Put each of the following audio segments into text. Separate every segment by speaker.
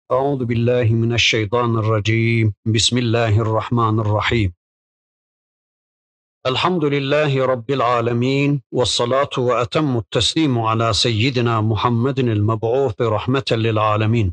Speaker 1: أعوذ بالله من الشيطان الرجيم بسم الله الرحمن الرحيم الحمد لله رب العالمين والصلاة وأتم التسليم على سيدنا محمد المبعوث رحمة للعالمين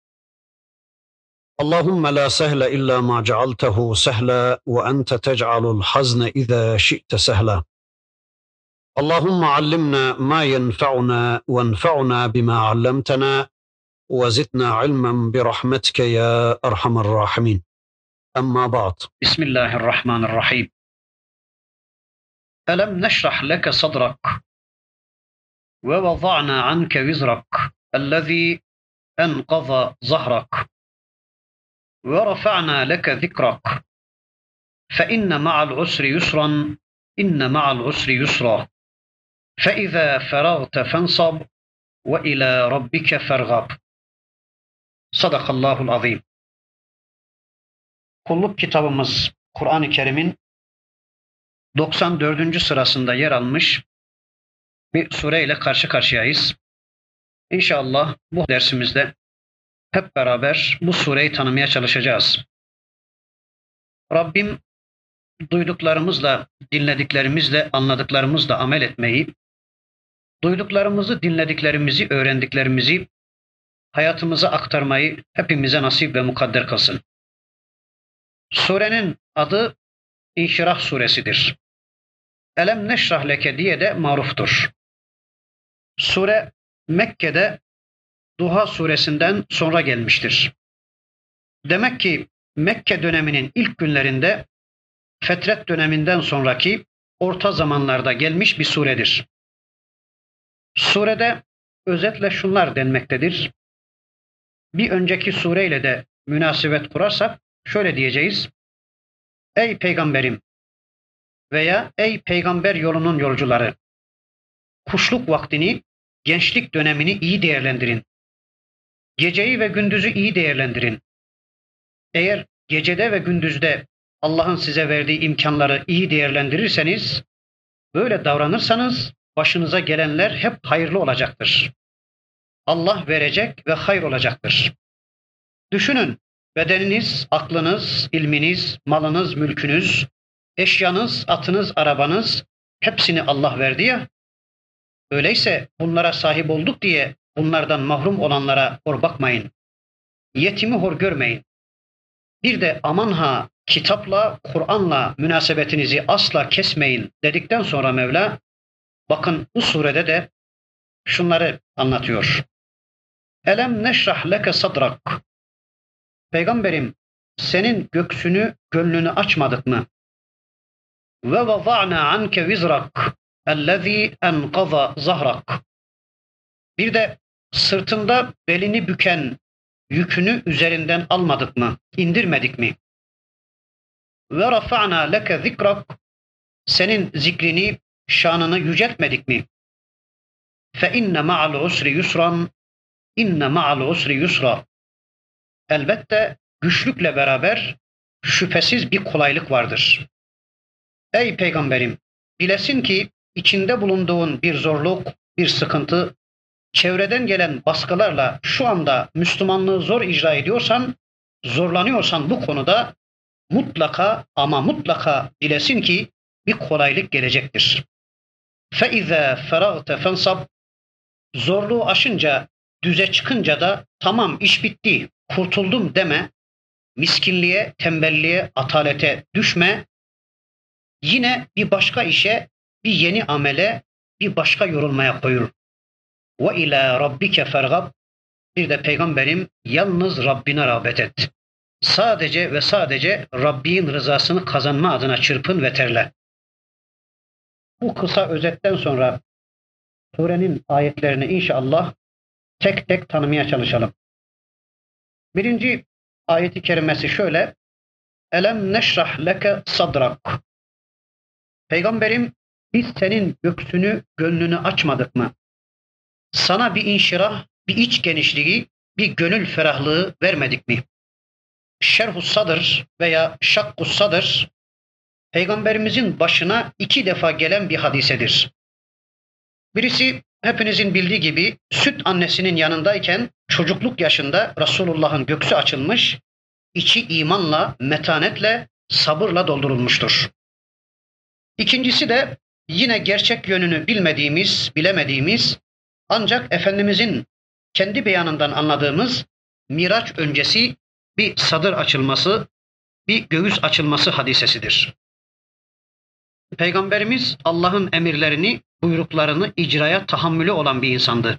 Speaker 1: اللهم لا سهل إلا ما جعلته سهلا وأنت تجعل الحزن إذا شئت سهلا اللهم علمنا ما ينفعنا وانفعنا بما علمتنا وزدنا علما برحمتك يا أرحم الراحمين أما بعد
Speaker 2: بسم الله الرحمن الرحيم ألم نشرح لك صدرك ووضعنا عنك وزرك الذي أنقض ظهرك ورفعنا لك ذكرك فإن مع العسر يسرا إن مع العسر يسرا فإذا فرغت فانصب وإلى ربك فارغب. Sadakallahul azim. Kulluk kitabımız Kur'an-ı Kerim'in 94. sırasında yer almış bir sureyle karşı karşıyayız. İnşallah bu dersimizde hep beraber bu sureyi tanımaya çalışacağız. Rabbim duyduklarımızla, dinlediklerimizle, anladıklarımızla amel etmeyi, duyduklarımızı, dinlediklerimizi, öğrendiklerimizi hayatımıza aktarmayı hepimize nasip ve mukadder kılsın. Surenin adı İnşirah suresidir. Elem neşrah leke diye de maruftur. Sure Mekke'de Duha suresinden sonra gelmiştir. Demek ki Mekke döneminin ilk günlerinde Fetret döneminden sonraki orta zamanlarda gelmiş bir suredir. Surede özetle şunlar denmektedir. Bir önceki sureyle de münasebet kurarsak şöyle diyeceğiz. Ey peygamberim veya ey peygamber yolunun yolcuları, kuşluk vaktini, gençlik dönemini iyi değerlendirin. Geceyi ve gündüzü iyi değerlendirin. Eğer gecede ve gündüzde Allah'ın size verdiği imkanları iyi değerlendirirseniz, böyle davranırsanız başınıza gelenler hep hayırlı olacaktır. Allah verecek ve hayır olacaktır. Düşünün, bedeniniz, aklınız, ilminiz, malınız, mülkünüz, eşyanız, atınız, arabanız hepsini Allah verdi ya. Öyleyse bunlara sahip olduk diye bunlardan mahrum olanlara hor bakmayın. Yetimi hor görmeyin. Bir de aman ha kitapla, Kur'an'la münasebetinizi asla kesmeyin dedikten sonra Mevla, bakın bu surede de şunları anlatıyor. Elem neşrah leke sadrak. Peygamberim, senin göksünü, gönlünü açmadık mı? Ve vaza'na anke vizrak ellezî enqaza zahrak. Bir de sırtında belini büken yükünü üzerinden almadık mı? İndirmedik mi? Ve rafa'na leke zikrak. Senin zikrini, şanını yüceltmedik mi? Fe inne ma'al usri yusran. İnne ma'al usri yusra. Elbette güçlükle beraber şüphesiz bir kolaylık vardır. Ey peygamberim, bilesin ki içinde bulunduğun bir zorluk, bir sıkıntı, çevreden gelen baskılarla şu anda Müslümanlığı zor icra ediyorsan, zorlanıyorsan bu konuda mutlaka ama mutlaka bilesin ki bir kolaylık gelecektir. فَاِذَا فَرَغْتَ فَانْصَبْ. Zorluğu aşınca, düze çıkınca da tamam iş bitti, kurtuldum deme, miskinliğe, tembelliğe, atalete düşme, yine bir başka işe, bir yeni amele, bir başka yorulmaya koyul. وَاِلَى رَبِّكَ فَارْغَبْ. Bir de peygamberim yalnız Rabbine rağbet et. Sadece ve sadece Rabbin rızasını kazanma adına çırpın ve terle. Bu kısa özetten sonra surenin ayetlerini inşallah tek tek tanımaya çalışalım. Birinci ayeti kerimesi şöyle. Elem neşrah leke sadrak. Peygamberim, biz senin göksünü, gönlünü açmadık mı? Sana bir inşirah, bir iç genişliği, bir gönül ferahlığı vermedik mi? Şerhus sadır veya şakkus sadır, Peygamberimizin başına 2 defa gelen bir hadisedir. Birisi hepinizin bildiği gibi süt annesinin yanındayken çocukluk yaşında Resulullah'ın göğsü açılmış, içi imanla, metanetle, sabırla doldurulmuştur. İkincisi de yine gerçek yönünü bilemediğimiz ancak Efendimizin kendi beyanından anladığımız Miraç öncesi bir sadır açılması, bir göğüs açılması hadisesidir. Peygamberimiz Allah'ın emirlerini, buyruklarını icraya tahammülü olan bir insandı.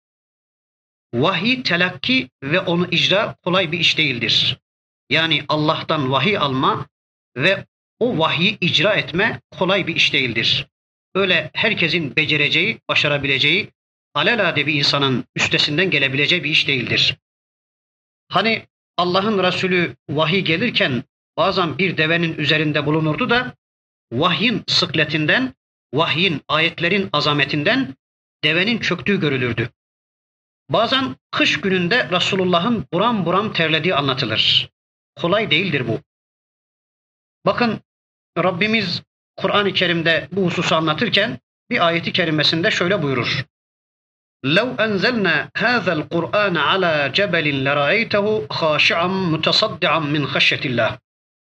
Speaker 2: Vahiy telakki ve onu icra kolay bir iş değildir. Yani Allah'tan vahiy alma ve o vahyi icra etme kolay bir iş değildir. Öyle herkesin becereceği, başarabileceği, alelade bir insanın üstesinden gelebileceği bir iş değildir. Hani Allah'ın Resulü vahiy gelirken bazen bir devenin üzerinde bulunurdu da vahyin sıkletinden, vahyin, ayetlerin azametinden devenin çöktüğü görülürdü. Bazen kış gününde Resulullah'ın buram buram terlediği anlatılır. Kolay değildir bu. Bakın Rabbimiz Kur'an-ı Kerim'de bu hususu anlatırken bir ayeti kerimesinde şöyle buyurur. لَوْ أَنْزَلْنَا هَذَا الْقُرْآنَ عَلَى جَبَلٍ لَرَأَيْتَهُ خَاشِعًا مُتَصَدِّعًا مِنْ خَشْيَةِ اللّٰهِ.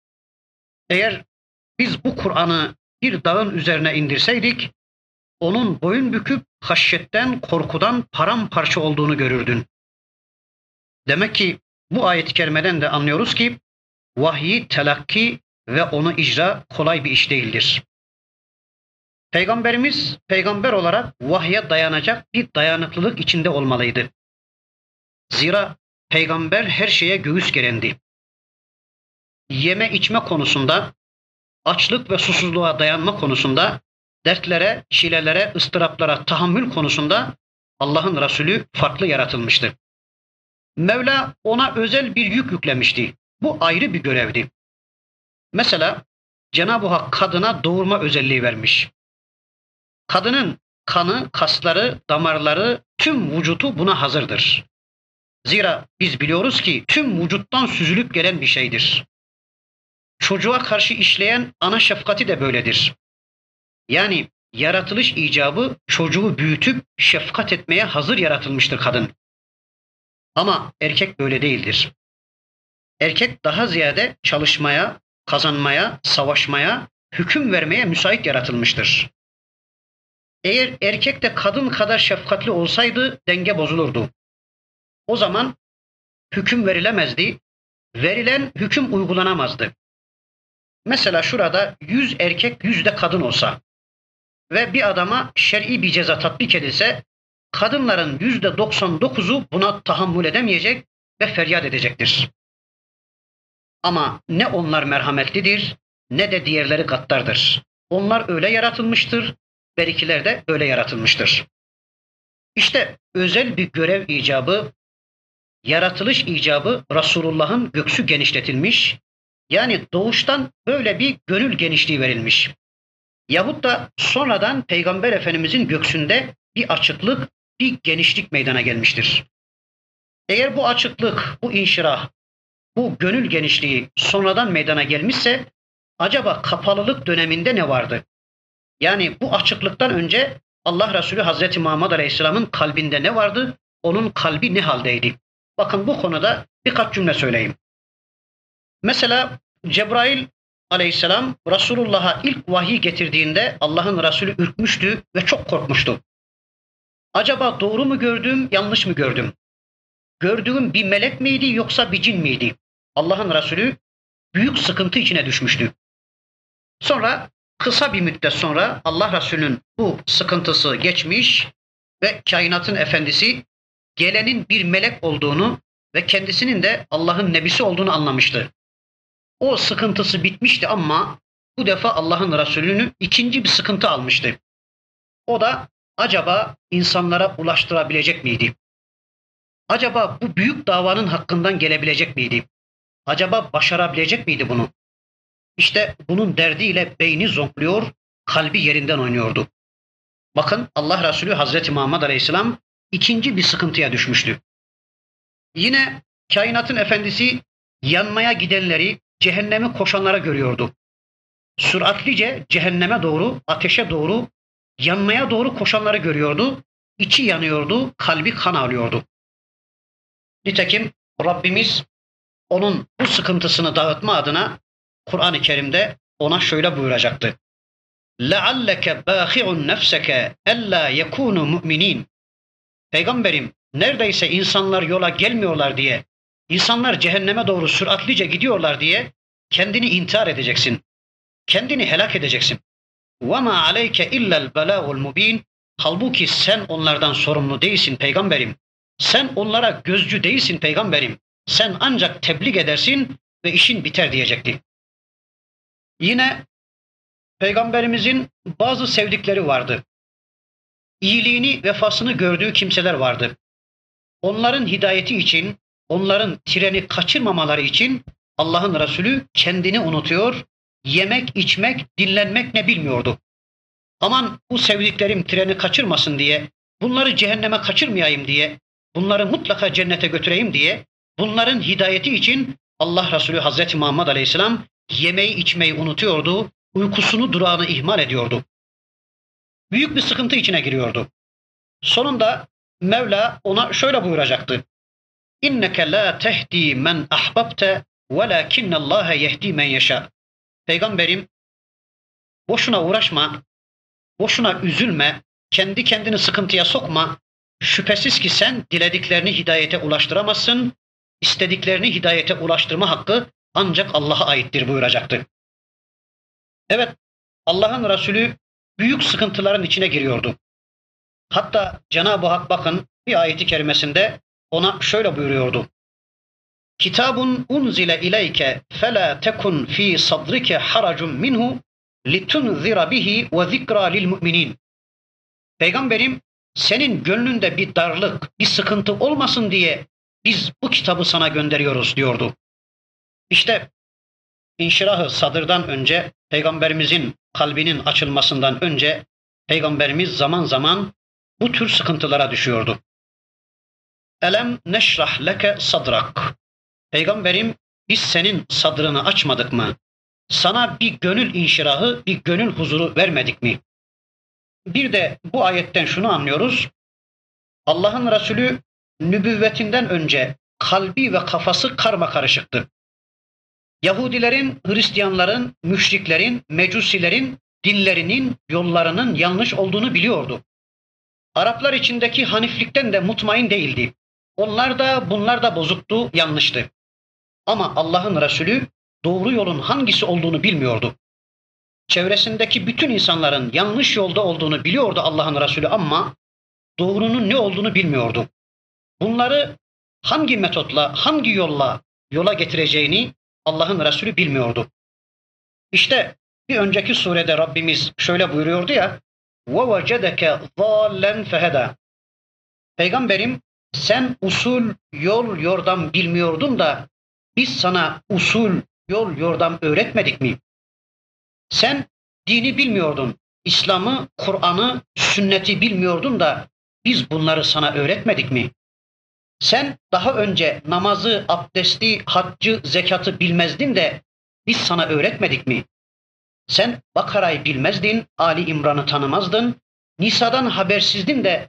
Speaker 2: Eğer biz bu Kur'an'ı bir dağın üzerine indirseydik, onun boyun büküp haşyetten, korkudan paramparça olduğunu görürdün. Demek ki bu ayet-i kerimeden de anlıyoruz ki vahyi telakki ve onu icra kolay bir iş değildir. Peygamberimiz peygamber olarak vahye dayanacak bir dayanıklılık içinde olmalıydı. Zira peygamber her şeye göğüs gerendi. Yeme içme konusunda, açlık ve susuzluğa dayanma konusunda, dertlere, çilelere, ıstıraplara tahammül konusunda Allah'ın Resulü farklı yaratılmıştı. Mevla ona özel bir yük yüklemişti. Bu ayrı bir görevdi. Mesela Cenab-ı Hak kadına doğurma özelliği vermiş. Kadının kanı, kasları, damarları, tüm vücudu buna hazırdır. Zira biz biliyoruz ki tüm vücuttan süzülüp gelen bir şeydir. Çocuğa karşı işleyen ana şefkati de böyledir. Yani yaratılış icabı çocuğu büyütüp şefkat etmeye hazır yaratılmıştır kadın. Ama erkek böyle değildir. Erkek daha ziyade çalışmaya, kazanmaya, savaşmaya, hüküm vermeye müsait yaratılmıştır. Eğer erkek de kadın kadar şefkatli olsaydı denge bozulurdu. O zaman hüküm verilemezdi, verilen hüküm uygulanamazdı. Mesela şurada 100 erkek 100 de kadın olsa ve bir adama şer'i bir ceza tatbik edilse, kadınların %99'u buna tahammül edemeyecek ve feryat edecektir. Ama ne onlar merhametlidir ne de diğerleri gaddardır. Onlar öyle yaratılmıştır, berikiler de öyle yaratılmıştır. İşte özel bir görev icabı, yaratılış icabı Resulullah'ın göğsü genişletilmiş, yani doğuştan böyle bir gönül genişliği verilmiş. Yahut da sonradan Peygamber Efendimizin göğsünde bir açıklık, bir genişlik meydana gelmiştir. Eğer bu açıklık, bu inşirah, bu gönül genişliği sonradan meydana gelmişse, acaba kapalılık döneminde ne vardı? Yani bu açıklıktan önce Allah Resulü Hazreti Muhammed Aleyhisselam'ın kalbinde ne vardı? Onun kalbi ne haldeydi? Bakın bu konuda birkaç cümle söyleyeyim. Mesela Cebrail Aleyhisselam Resulullah'a ilk vahiy getirdiğinde Allah'ın Resulü ürkmüştü ve çok korkmuştu. Acaba doğru mu gördüm, yanlış mı gördüm? Gördüğüm bir melek miydi yoksa bir cin miydi? Allah'ın Resulü büyük sıkıntı içine düşmüştü. Sonra kısa bir müddet sonra Allah Resulü'nün bu sıkıntısı geçmiş ve kainatın efendisi gelenin bir melek olduğunu ve kendisinin de Allah'ın nebisi olduğunu anlamıştı. O sıkıntısı bitmişti ama bu defa Allah'ın Resulü'nü ikinci bir sıkıntı almıştı. O da acaba insanlara ulaştırabilecek miydi? Acaba bu büyük davanın hakkından gelebilecek miydi? Acaba başarabilecek miydi bunu? İşte bunun derdiyle beyni zonkluyor, kalbi yerinden oynuyordu. Bakın Allah Resulü Hazreti Muhammed Aleyhisselam ikinci bir sıkıntıya düşmüştü. Yine kainatın efendisi yanmaya gidenleri, cehenneme koşanlara görüyordu. Süratlice cehenneme doğru, ateşe doğru, yanmaya doğru koşanları görüyordu içi yanıyordu, kalbi kan ağlıyordu. Nitekim Rabbimiz onun bu sıkıntısını dağıtma adına Kur'an-ı Kerim'de ona şöyle buyuracaktı. لَعَلَّكَ بَاخِعُ نَفْسَكَ اَلَّا يَكُونُوا مُؤْمِنِينَ. Peygamberim, neredeyse insanlar yola gelmiyorlar diye, insanlar cehenneme doğru süratlice gidiyorlar diye kendini intihar edeceksin. Kendini helak edeceksin. وَمَا عَلَيْكَ اِلَّا الْبَلَاغُ الْمُب۪ينَ. Halbuki sen onlardan sorumlu değilsin peygamberim. Sen onlara gözcü değilsin peygamberim. Sen ancak tebliğ edersin ve işin biter diyecekti. Yine peygamberimizin bazı sevdikleri vardı. İyiliğini, vefasını gördüğü kimseler vardı. Onların hidayeti için, onların treni kaçırmamaları için Allah'ın Resulü kendini unutuyor, yemek, içmek, dinlenmek ne bilmiyordu. Aman bu sevdiklerim treni kaçırmasın diye, bunları cehenneme kaçırmayayım diye, bunları mutlaka cennete götüreyim diye, bunların hidayeti için Allah Resulü Hazreti Muhammed Aleyhisselam yemeği içmeyi unutuyordu, uykusunu durağını ihmal ediyordu. Büyük bir sıkıntı içine giriyordu. Sonunda Mevla ona şöyle buyuracaktı. İnneke la tehdi men ahbabte velakinnallâhe yehdi men yeşâ. Peygamberim, boşuna uğraşma, boşuna üzülme, kendi kendini sıkıntıya sokma. Şüphesiz ki sen dilediklerini hidayete ulaştıramazsın, istediklerini hidayete ulaştırma hakkı ancak Allah'a aittir buyuracaktı. Evet, Allah'ın Resulü büyük sıkıntıların içine giriyordu. Hatta Cenab-ı Hak bakın bir ayeti kerimesinde ona şöyle buyuruyordu. Kitabun unzile ileyke fela tekun fi sadrike haracun minhu litunzira bihi ve zikra lil mu'minin. Peygamberim, senin gönlünde bir darlık, bir sıkıntı olmasın diye biz bu kitabı sana gönderiyoruz diyordu. İşte inşirah-ı sadırdan önce, Peygamberimizin kalbinin açılmasından önce Peygamberimiz zaman zaman bu tür sıkıntılara düşüyordu. Elem neşrah leke sadrak. Peygamberim, biz senin sadrını açmadık mı? Sana bir gönül inşirahı, bir gönül huzuru vermedik mi? Bir de bu ayetten şunu anlıyoruz. Allah'ın Resulü nübüvvetinden önce kalbi ve kafası karmakarışıktı. Yahudilerin, Hristiyanların, müşriklerin, mecusilerin dinlerinin, yollarının yanlış olduğunu biliyordu. Araplar içindeki haniflikten de mutmain değildi. Onlar da bunlar da bozuktu, yanlıştı. Ama Allah'ın Resulü doğru yolun hangisi olduğunu bilmiyordu. Çevresindeki bütün insanların yanlış yolda olduğunu biliyordu Allah'ın Resulü ama doğrunun ne olduğunu bilmiyordu. Bunları hangi metotla, hangi yola getireceğini Allah'ın Resulü bilmiyordu. İşte bir önceki surede Rabbimiz şöyle buyuruyordu ya, وَوَجَدَكَ ضَالًّا فَهَدَى. Peygamberim, sen usul, yol, yordam bilmiyordun da biz sana usul, yol, yordam öğretmedik mi? Sen dini bilmiyordun, İslam'ı, Kur'an'ı, sünneti bilmiyordun da biz bunları sana öğretmedik mi? Sen daha önce namazı, abdesti, haccı, zekatı bilmezdin de biz sana öğretmedik mi? Sen Bakara'yı bilmezdin, Ali İmran'ı tanımazdın, Nisa'dan habersizdin de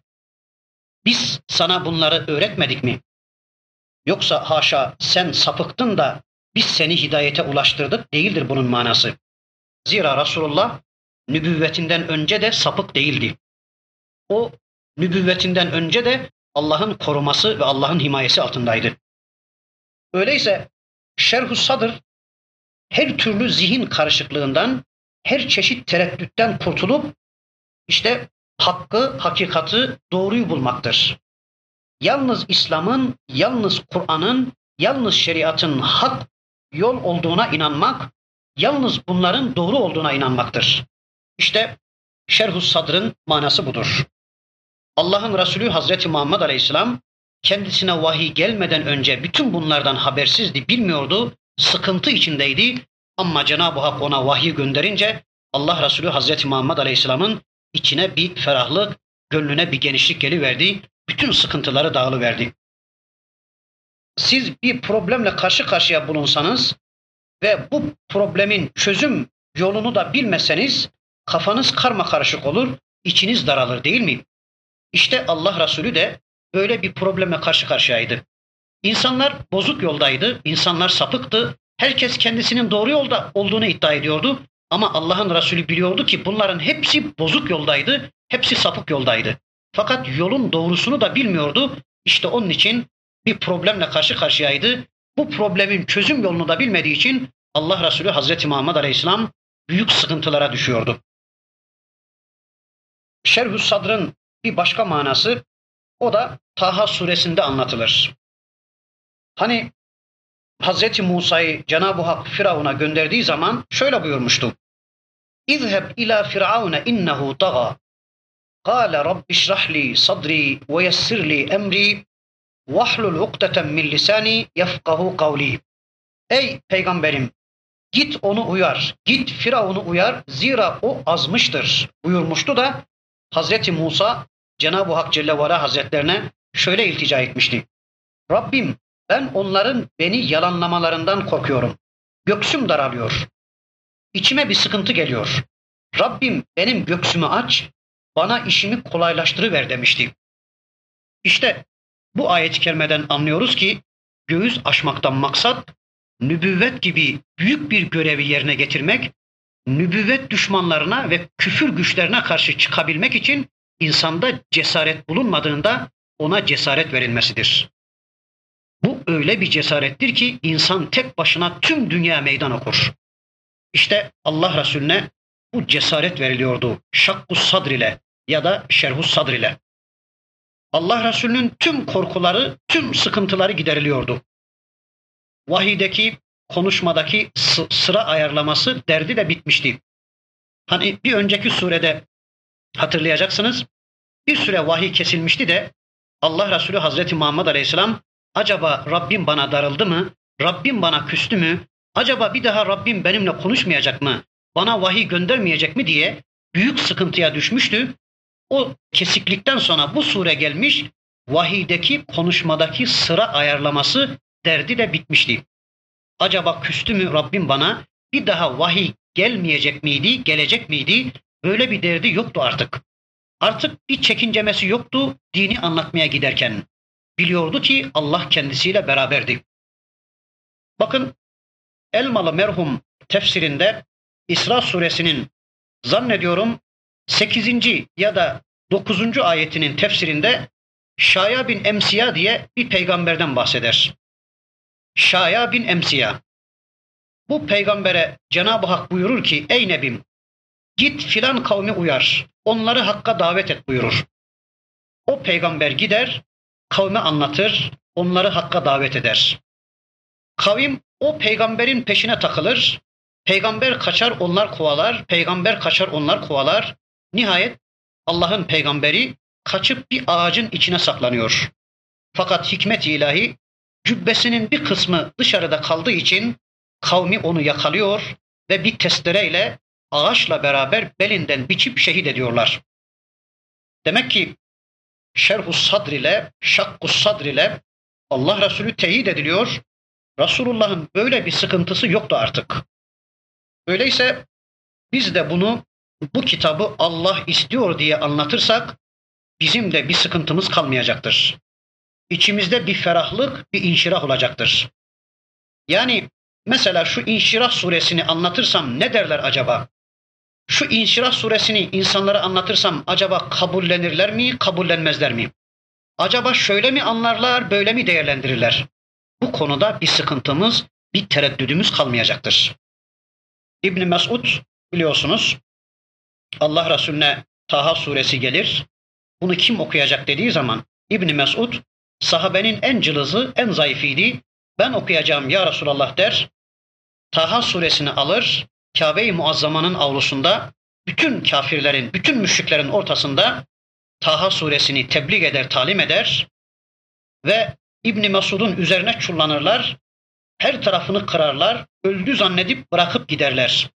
Speaker 2: biz sana bunları öğretmedik mi? Yoksa haşa sen sapıktın da biz seni hidayete ulaştırdık değildir bunun manası. Zira Resulullah nübüvvetinden önce de sapık değildi. O nübüvvetinden önce de Allah'ın koruması ve Allah'ın himayesi altındaydı. Öyleyse Şerh-ü Sadr her türlü zihin karışıklığından, her çeşit tereddütten kurtulup işte hakkı, hakikati, doğruyu bulmaktır. Yalnız İslam'ın, yalnız Kur'an'ın, yalnız şeriatın hak yol olduğuna inanmak, yalnız bunların doğru olduğuna inanmaktır. İşte Şerh-ü Sadr'ın manası budur. Allah'ın Resulü Hazreti Muhammed Aleyhisselam kendisine vahiy gelmeden önce bütün bunlardan habersizdi, bilmiyordu, sıkıntı içindeydi ama Cenab-ı Hak ona vahyi gönderince Allah Resulü Hazreti Muhammed Aleyhisselam'ın içine bir ferahlık, gönlüne bir genişlik geliverdi, bütün sıkıntıları dağılıverdi. Siz bir problemle karşı karşıya bulunsanız ve bu problemin çözüm yolunu da bilmeseniz kafanız karmakarışık olur, içiniz daralır değil mi? İşte Allah Resulü de böyle bir problemle karşı karşıyaydı. İnsanlar bozuk yoldaydı, insanlar sapıktı. Herkes kendisinin doğru yolda olduğunu iddia ediyordu. Ama Allah'ın Resulü biliyordu ki bunların hepsi bozuk yoldaydı, hepsi sapık yoldaydı. Fakat yolun doğrusunu da bilmiyordu. İşte onun için bir problemle karşı karşıyaydı. Bu problemin çözüm yolunu da bilmediği için Allah Resulü Hazreti Muhammed Aleyhisselam büyük sıkıntılara düşüyordu. Şerh-ü Sadr'ın bir başka manası, o da Taha suresinde anlatılır. Hani Hazreti Musa'yı Cenab-ı Hak Firavun'a gönderdiği zaman şöyle buyurmuştu. İzheb ila firavune innehu taga. Kâle rabbi şrahli sadri ve yessirli emri vahlul ukdeten min lisani yefkahu kavli. Ey peygamberim, git onu uyar, git Firavun'u uyar, zira o azmıştır buyurmuştu da Hazreti Musa Cenab-ı Hak Celle ve Ala Hazretlerine şöyle iltica etmişti. Rabbim, ben onların beni yalanlamalarından korkuyorum. Göksüm daralıyor. İçime bir sıkıntı geliyor. Rabbim benim göksümü aç, bana işimi kolaylaştırıver demişti. İşte bu ayet-i kerimeden anlıyoruz ki göğüs aşmaktan maksat nübüvvet gibi büyük bir görevi yerine getirmek, nübüvvet düşmanlarına ve küfür güçlerine karşı çıkabilmek için insanda cesaret bulunmadığında ona cesaret verilmesidir. Bu öyle bir cesarettir ki insan tek başına tüm dünya meydan okur. İşte Allah Resulüne bu cesaret veriliyordu şakkus sadr ile ya da şerhus sadr ile. Allah Resulü'nün tüm korkuları, tüm sıkıntıları gideriliyordu. Vahiydeki, konuşmadaki sıra ayarlaması derdi de bitmişti. Hani bir önceki surede hatırlayacaksınız, bir süre vahiy kesilmişti de Allah Resulü Hazreti Muhammed Aleyhisselam acaba Rabbim bana darıldı mı? Rabbim bana küstü mü? Acaba bir daha Rabbim benimle konuşmayacak mı? Bana vahiy göndermeyecek mi diye büyük sıkıntıya düşmüştü. O kesiklikten sonra bu sure gelmiş, vahiydeki, konuşmadaki sıra ayarlaması derdi de bitmişti. Acaba küstü mü Rabbim bana? Bir daha vahiy gelmeyecek miydi, gelecek miydi? Böyle bir derdi yoktu artık. Artık bir çekincemesi yoktu dini anlatmaya giderken. Biliyordu ki Allah kendisiyle beraberdi. Bakın Elmalı merhum tefsirinde İsra suresinin zannediyorum 8. ya da 9. ayetinin tefsirinde Şaya bin Emsiya diye bir peygamberden bahseder. Şaya bin Emsiya. Bu peygambere Cenab-ı Hak buyurur ki ey Nebim, git filan kavmi uyar, onları hakka davet et buyurur. O peygamber gider, kavme anlatır, onları hakka davet eder. Kavim o peygamberin peşine takılır, peygamber kaçar onlar kovalar, peygamber kaçar onlar kovalar. Nihayet Allah'ın peygamberi kaçıp bir ağacın içine saklanıyor. Fakat hikmet-i ilahi cübbesinin bir kısmı dışarıda kaldığı için kavmi onu yakalıyor ve bir testereyle ağaçla beraber belinden biçip şehit ediyorlar. Demek ki şerhus sadr ile, şakkus sadr ile Allah Resulü teyit ediliyor. Resulullah'ın böyle bir sıkıntısı yoktu artık. Öyleyse biz de bunu, bu kitabı Allah istiyor diye anlatırsak bizim de bir sıkıntımız kalmayacaktır. İçimizde bir ferahlık, bir inşirah olacaktır. Yani mesela şu İnşirah suresini anlatırsam ne derler acaba? Şu İnşirah suresini insanlara anlatırsam acaba kabullenirler mi, kabullenmezler mi? Acaba şöyle mi anlarlar, böyle mi değerlendirirler? Bu konuda bir sıkıntımız, bir tereddüdümüz kalmayacaktır. İbn Mesud biliyorsunuz Allah Resulüne Taha suresi gelir. Bunu kim okuyacak dediği zaman İbn Mesud sahabenin en cılızı, en zayıfıydı. Ben okuyacağım ya Resulallah der. Taha suresini alır, Kabe-i Muazzama'nın avlusunda bütün kafirlerin, bütün müşriklerin ortasında Taha suresini tebliğ eder, talim eder ve İbn Mesud'un üzerine çullanırlar, her tarafını kırarlar, öldü zannedip bırakıp giderler.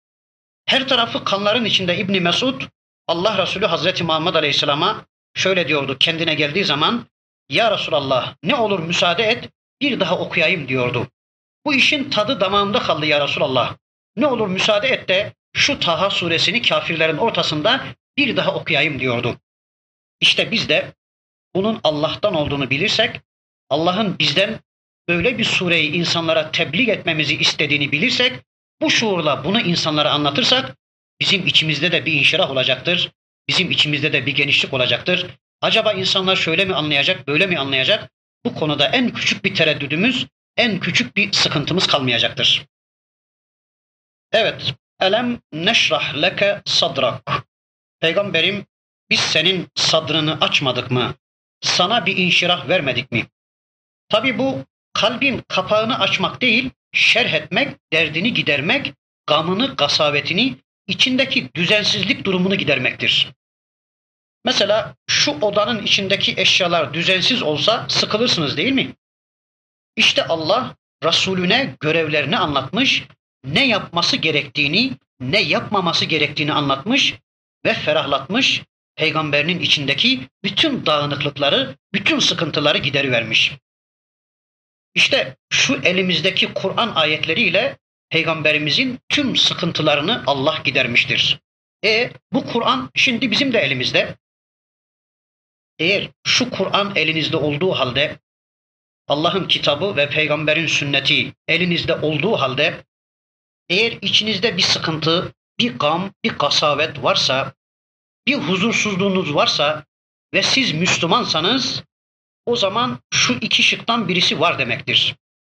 Speaker 2: Her tarafı kanların içinde İbn Mesud, Allah Resulü Hazreti Muhammed Aleyhisselam'a şöyle diyordu kendine geldiği zaman, ya Resulallah ne olur müsaade et, bir daha okuyayım diyordu. Bu işin tadı damağımda kaldı ya Resulallah. Ne olur müsaade et de şu Taha suresini kafirlerin ortasında bir daha okuyayım diyordu. İşte biz de bunun Allah'tan olduğunu bilirsek, Allah'ın bizden böyle bir sureyi insanlara tebliğ etmemizi istediğini bilirsek, bu şuurla bunu insanlara anlatırsak, bizim içimizde de bir inşirah olacaktır. Bizim içimizde de bir genişlik olacaktır. Acaba insanlar şöyle mi anlayacak, böyle mi anlayacak? Bu konuda en küçük bir tereddüdümüz, en küçük bir sıkıntımız kalmayacaktır. Evet, elem neşrah leke sadrak. Peygamberim, biz senin sadrını açmadık mı? Sana bir inşirah vermedik mi? Tabi bu kalbin kapağını açmak değil, şerh etmek, derdini gidermek, gamını, gasavetini, içindeki düzensizlik durumunu gidermektir. Mesela şu odanın içindeki eşyalar düzensiz olsa sıkılırsınız değil mi? İşte Allah Resulüne görevlerini anlatmış, ne yapması gerektiğini, ne yapmaması gerektiğini anlatmış ve ferahlatmış, peygamberinin içindeki bütün dağınıklıkları, bütün sıkıntıları giderivermiş. İşte şu elimizdeki Kur'an ayetleriyle peygamberimizin tüm sıkıntılarını Allah gidermiştir. Bu Kur'an şimdi bizim de elimizde. Eğer şu Kur'an elinizde olduğu halde, Allah'ın kitabı ve peygamberin sünneti elinizde olduğu halde, eğer içinizde bir sıkıntı, bir gam, bir kasavet varsa, bir huzursuzluğunuz varsa ve siz Müslümansanız, o zaman şu iki şıktan birisi var demektir.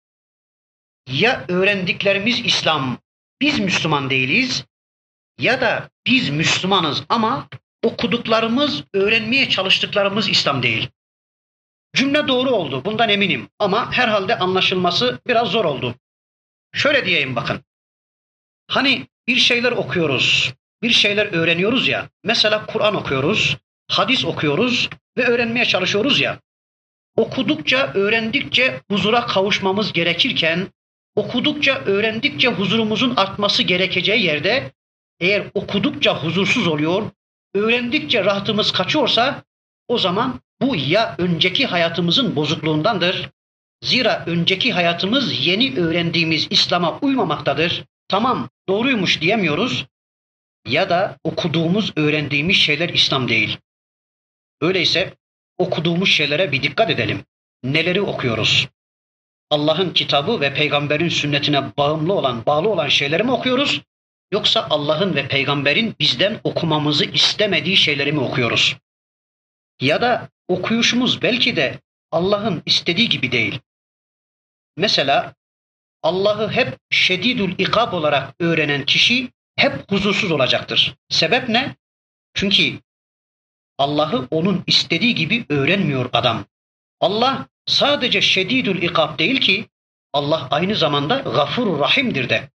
Speaker 2: Ya öğrendiklerimiz İslam, biz Müslüman değiliz, ya da biz Müslümanız ama okuduklarımız, öğrenmeye çalıştıklarımız İslam değil. Cümle doğru oldu, bundan eminim ama herhalde anlaşılması biraz zor oldu. Şöyle diyeyim bakın. Hani bir şeyler okuyoruz, bir şeyler öğreniyoruz ya, mesela Kur'an okuyoruz, hadis okuyoruz ve öğrenmeye çalışıyoruz ya. Okudukça, öğrendikçe huzura kavuşmamız gerekirken, okudukça, öğrendikçe huzurumuzun artması gerekeceği yerde, eğer okudukça huzursuz oluyor, öğrendikçe rahatımız kaçıyorsa, o zaman bu ya önceki hayatımızın bozukluğundandır. Zira önceki hayatımız yeni öğrendiğimiz İslam'a uymamaktadır. Tamam, doğruymuş diyemiyoruz. Ya da okuduğumuz, öğrendiğimiz şeyler İslam değil. Öyleyse okuduğumuz şeylere bir dikkat edelim. Neleri okuyoruz? Allah'ın kitabı ve peygamberin sünnetine bağlı olan şeyleri mi okuyoruz? Yoksa Allah'ın ve peygamberin bizden okumamızı istemediği şeyleri mi okuyoruz? Ya da okuyuşumuz belki de Allah'ın istediği gibi değil. Mesela Allah'ı hep şedidül ikab olarak öğrenen kişi hep huzursuz olacaktır. Sebep ne? Çünkü Allah'ı onun istediği gibi öğrenmiyor adam. Allah sadece şedidül ikab değil ki, Allah aynı zamanda gafurur rahimdir de.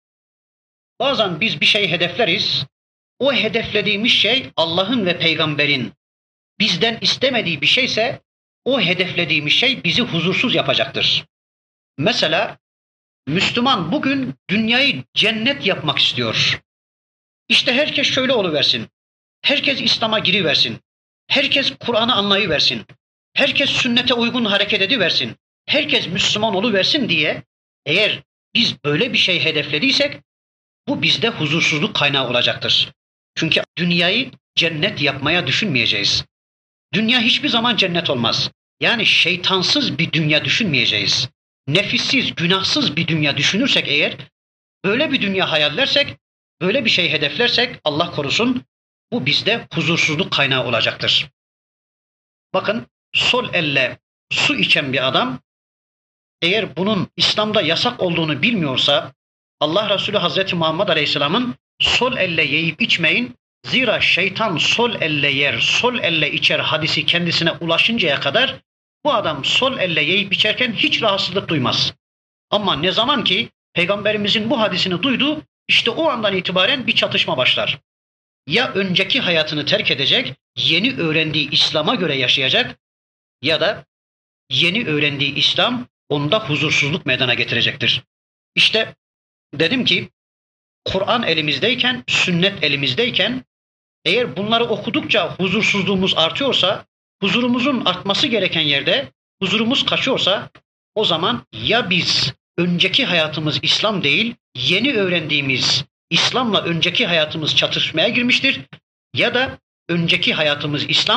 Speaker 2: Bazen biz bir şey hedefleriz, o hedeflediğimiz şey Allah'ın ve peygamberin bizden istemediği bir şeyse, o hedeflediğimiz şey bizi huzursuz yapacaktır. Mesela Müslüman bugün dünyayı cennet yapmak istiyor. İşte herkes şöyle oluversin. Herkes İslam'a giriversin. Herkes Kur'an'ı anlayıversin. Herkes sünnete uygun hareket ediversin. Herkes Müslüman oluversin diye eğer biz böyle bir şey hedeflediysek bu bizde huzursuzluk kaynağı olacaktır. Çünkü dünyayı cennet yapmaya düşünmeyeceğiz. Dünya hiçbir zaman cennet olmaz. Yani şeytansız bir dünya düşünmeyeceğiz. Nefissiz, günahsız bir dünya düşünürsek eğer, böyle bir dünya hayallersek, böyle bir şey hedeflersek Allah korusun, bu bizde huzursuzluk kaynağı olacaktır. Bakın, sol elle su içen bir adam, eğer bunun İslam'da yasak olduğunu bilmiyorsa, Allah Resulü Hazreti Muhammed Aleyhisselam'ın sol elle yiyip içmeyin, zira şeytan sol elle yer, sol elle içer hadisi kendisine ulaşıncaya kadar bu adam sol elle yiyip içerken hiç rahatsızlık duymaz. Ama ne zaman ki Peygamberimizin bu hadisini duydu, işte o andan itibaren bir çatışma başlar. Ya önceki hayatını terk edecek, yeni öğrendiği İslam'a göre yaşayacak ya da yeni öğrendiği İslam onda huzursuzluk meydana getirecektir. İşte dedim ki Kur'an elimizdeyken, sünnet elimizdeyken eğer bunları okudukça huzursuzluğumuz artıyorsa, huzurumuzun artması gereken yerde huzurumuz kaçıyorsa o zaman ya biz önceki hayatımız İslam değil, yeni öğrendiğimiz İslam'la önceki hayatımız çatışmaya girmiştir ya da önceki hayatımız İslam,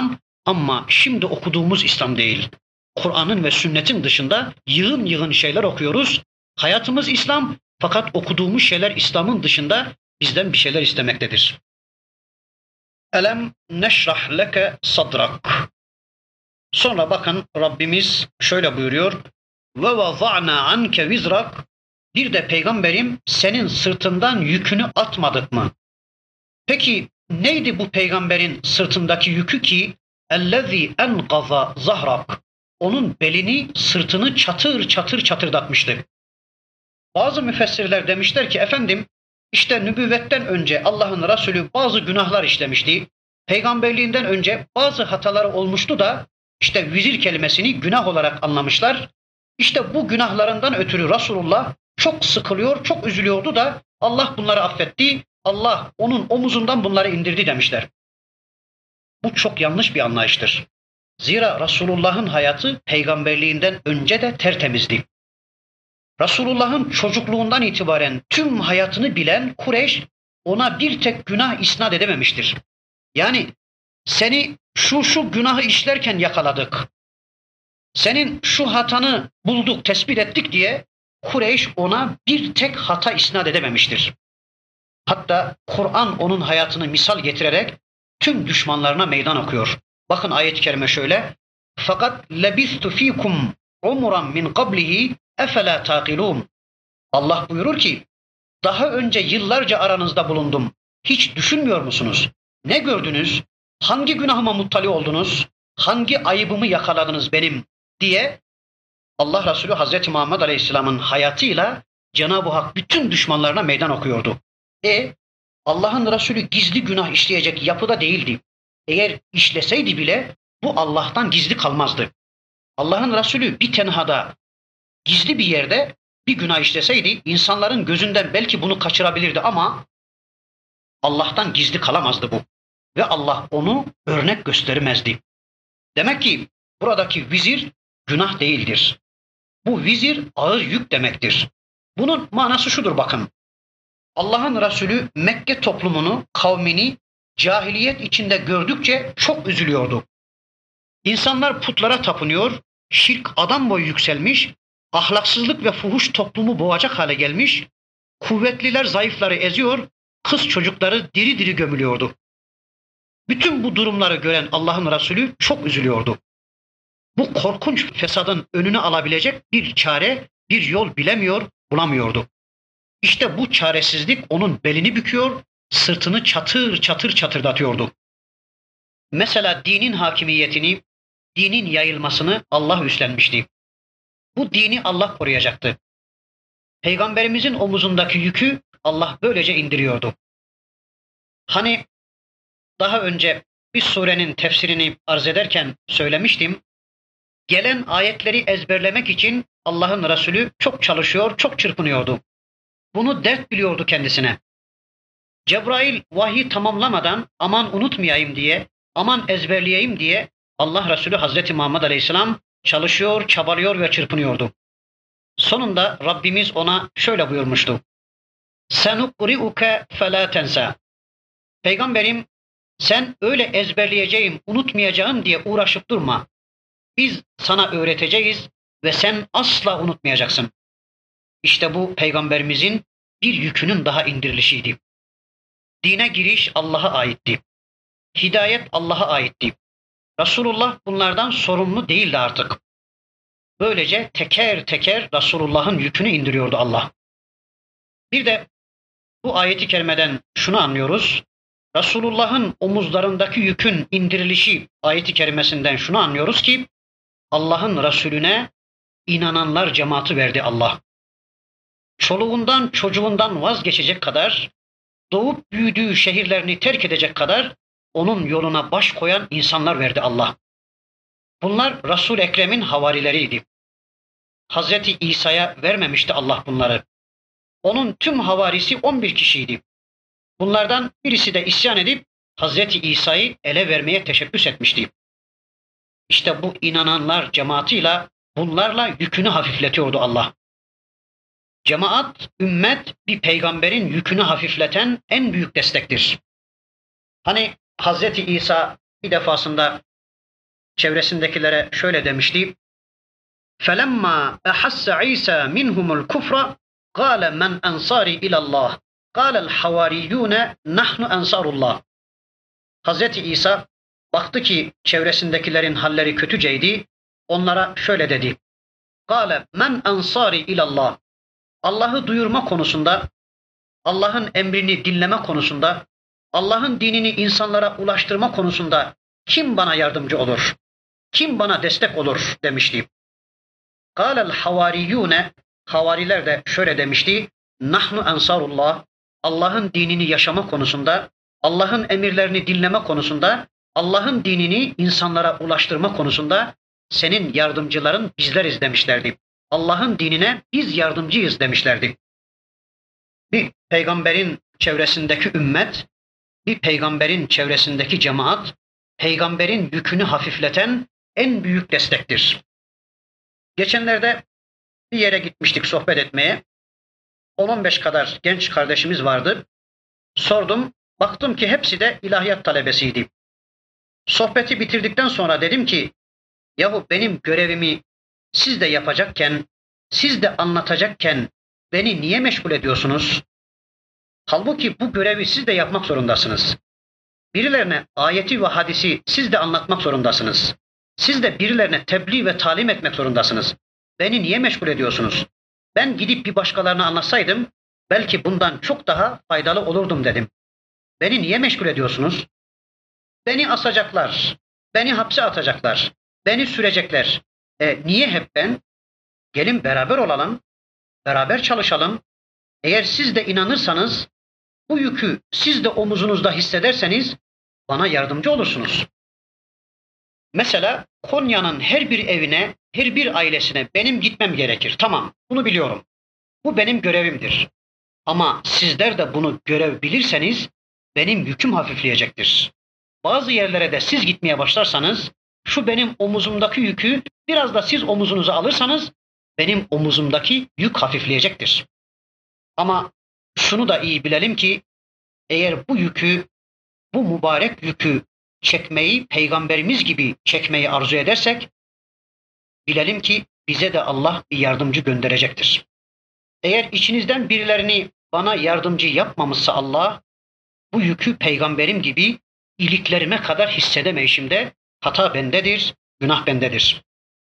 Speaker 2: Ama şimdi okuduğumuz İslam değil. Kur'an'ın ve sünnetin dışında yığın yığın şeyler okuyoruz. Hayatımız İslam fakat okuduğumuz şeyler İslam'ın dışında bizden bir şeyler istemektedir. Elem neşrah leke sadrak. Sonra bakın Rabbimiz şöyle buyuruyor. Ve vaza'na anke vizrak. Bir de peygamberim senin sırtından yükünü atmadık mı? Peki neydi bu peygamberin sırtındaki yükü ki? Ellezî enqaza zahrak. Onun belini, sırtını çatır çatır çatırdatmıştı. Bazı müfessirler demişler ki efendim işte nübüvvetten önce Allah'ın Resulü bazı günahlar işlemişti. Peygamberliğinden önce bazı hataları olmuştu da işte vizir kelimesini günah olarak anlamışlar. İşte bu günahlarından ötürü Resulullah çok sıkılıyor, çok üzülüyordu da Allah bunları affetti. Allah onun omuzundan bunları indirdi demişler. Bu çok yanlış bir anlayıştır. Zira Resulullah'ın hayatı peygamberliğinden önce de tertemizdi. Resulullah'ın çocukluğundan itibaren tüm hayatını bilen Kureyş ona bir tek günah isnat edememiştir. Yani seni şu günahı işlerken yakaladık. Senin şu hatanı bulduk, tespit ettik diye Kureyş ona bir tek hata isnat edememiştir. Hatta Kur'an onun hayatını misal getirerek tüm düşmanlarına meydan okuyor. Bakın ayet-i kerime şöyle. Fakat lebistu fikum umran min qablihi efela taqilun. Allah buyurur ki daha önce yıllarca aranızda bulundum. Hiç düşünmüyor musunuz? Ne gördünüz? Hangi günahıma muttali oldunuz? Hangi ayıbımı yakaladınız benim diye Allah Resulü Hazreti Muhammed Aleyhisselam'ın hayatıyla Cenab-ı Hak bütün düşmanlarına meydan okuyordu. Allah'ın Resulü gizli günah işleyecek yapıda değildi. Eğer işleseydi bile bu Allah'tan gizli kalmazdı. Allah'ın Resulü bir tenhada, gizli bir yerde bir günah işleseydi insanların gözünden belki bunu kaçırabilirdi ama Allah'tan gizli kalamazdı bu. Ve Allah onu örnek göstermezdi. Demek ki buradaki vizir günah değildir. Bu vizir ağır yük demektir. Bunun manası şudur bakın. Allah'ın Resulü Mekke toplumunu, kavmini cahiliyet içinde gördükçe çok üzülüyordu. İnsanlar putlara tapınıyor, şirk adam boyu yükselmiş, ahlaksızlık ve fuhuş toplumu boğacak hale gelmiş, kuvvetliler zayıfları eziyor, kız çocukları diri diri gömülüyordu. Bütün bu durumları gören Allah'ın Resulü çok üzülüyordu. Bu korkunç fesadın önünü alabilecek bir çare, bir yol bilemiyor, bulamıyordu. İşte bu çaresizlik onun belini büküyor, sırtını çatır çatır çatırdatıyordu. Mesela dinin hakimiyetini, dinin yayılmasını Allah üstlenmişti. Bu dini Allah koruyacaktı. Peygamberimizin omuzundaki yükü Allah böylece indiriyordu. Hani daha önce bir surenin tefsirini arz ederken söylemiştim. Gelen ayetleri ezberlemek için Allah'ın Resulü çok çalışıyor, çok çırpınıyordu. Bunu dert biliyordu kendisine. Cebrail vahyi tamamlamadan aman unutmayayım diye, aman ezberleyeyim diye Allah Resulü Hazreti Muhammed Aleyhisselam çalışıyor, çabalıyor ve çırpınıyordu. Sonunda Rabbimiz ona şöyle buyurmuştu. Senukri'uke felâ tensa. Peygamberim sen öyle ezberleyeceğim, unutmayacağım diye uğraşıp durma. Biz sana öğreteceğiz ve sen asla unutmayacaksın. İşte bu peygamberimizin bir yükünün daha indirilişiydi. Dine giriş Allah'a aitti. Hidayet Allah'a aitti. Resulullah bunlardan sorumlu değildi artık. Böylece teker teker Resulullah'ın yükünü indiriyordu Allah. Bir de bu ayeti kerimeden şunu anlıyoruz. Resulullah'ın omuzlarındaki yükün indirilişi ayeti kerimesinden şunu anlıyoruz ki Allah'ın Resulüne inananlar cemaati verdi Allah. Çoluğundan çocuğundan vazgeçecek kadar, doğup büyüdüğü şehirlerini terk edecek kadar onun yoluna baş koyan insanlar verdi Allah. Bunlar Resul-i Ekrem'in havarileriydi. Hazreti İsa'ya vermemişti Allah bunları. Onun tüm havarisi 11 kişiydi. Bunlardan birisi de isyan edip Hazreti İsa'yı ele vermeye teşebbüs etmişti. İşte bu inananlar cemaatiyle bunlarla yükünü hafifletiyordu Allah. Cemaat, ümmet bir peygamberin yükünü hafifleten en büyük destektir. Hani Hazreti İsa bir defasında çevresindekilere şöyle demişti. فَلَمَّا أَحَسَّ عِيسَى مِنْهُمُ الْكُفْرَ قَالَ مَنْ أَنْصَارِ إِلَى اللّٰهِ قَالَ الْحَوَارِيُّونَ نَحْنُ أَنْصَارُ اللّٰهِ. Hazreti İsa baktı ki çevresindekilerin halleri kötüceydi. Onlara şöyle dedi. قَالَ مَنْ أَنْصَارِ إِلَى اللّٰهِ. Allah'ı duyurma konusunda, Allah'ın emrini dinleme konusunda, Allah'ın dinini insanlara ulaştırma konusunda kim bana yardımcı olur? Kim bana destek olur demişti. قَالَ الْحَوَارِيُّونَ. Havariler de şöyle demişti. نَحْنُ أَنْصَارُ اللّٰهِ. Allah'ın dinini yaşama konusunda, Allah'ın emirlerini dinleme konusunda, Allah'ın dinini insanlara ulaştırma konusunda senin yardımcıların bizleriz demişlerdi. Allah'ın dinine biz yardımcıyız demişlerdi. Bir peygamberin çevresindeki ümmet, bir peygamberin çevresindeki cemaat, peygamberin yükünü hafifleten en büyük destektir. Geçenlerde bir yere gitmiştik sohbet etmeye. 10-15 kadar genç kardeşimiz vardı. Sordum, baktım ki hepsi de ilahiyat talebesiydi. Sohbeti bitirdikten sonra dedim ki, yahu benim görevimi siz de yapacakken, siz de anlatacakken beni niye meşgul ediyorsunuz? Halbuki bu görevi siz de yapmak zorundasınız. Birilerine ayeti ve hadisi siz de anlatmak zorundasınız. Siz de birilerine tebliğ ve talim etmek zorundasınız. Beni niye meşgul ediyorsunuz? Ben gidip bir başkalarına anlatsaydım belki bundan çok daha faydalı olurdum dedim. Beni niye meşgul ediyorsunuz? Beni asacaklar, beni hapse atacaklar, beni sürecekler. Niye hep ben? Gelin beraber olalım, beraber çalışalım. Eğer siz de inanırsanız, bu yükü siz de omuzunuzda hissederseniz bana yardımcı olursunuz. Mesela Konya'nın her bir evine, her bir ailesine benim gitmem gerekir. Tamam, bunu biliyorum. Bu benim görevimdir. Ama sizler de bunu görev bilirseniz benim yüküm hafifleyecektir. Bazı yerlere de siz gitmeye başlarsanız, şu benim omuzumdaki yükü biraz da siz omuzunuza alırsanız benim omuzumdaki yük hafifleyecektir. Ama şunu da iyi bilelim ki eğer bu yükü, bu mübarek yükü çekmeyi, peygamberimiz gibi çekmeyi arzu edersek, bilelim ki bize de Allah bir yardımcı gönderecektir. Eğer içinizden birilerini bana yardımcı yapmamışsa Allah, bu yükü peygamberim gibi iliklerime kadar hissedemeyişimde hata bendedir, günah bendedir.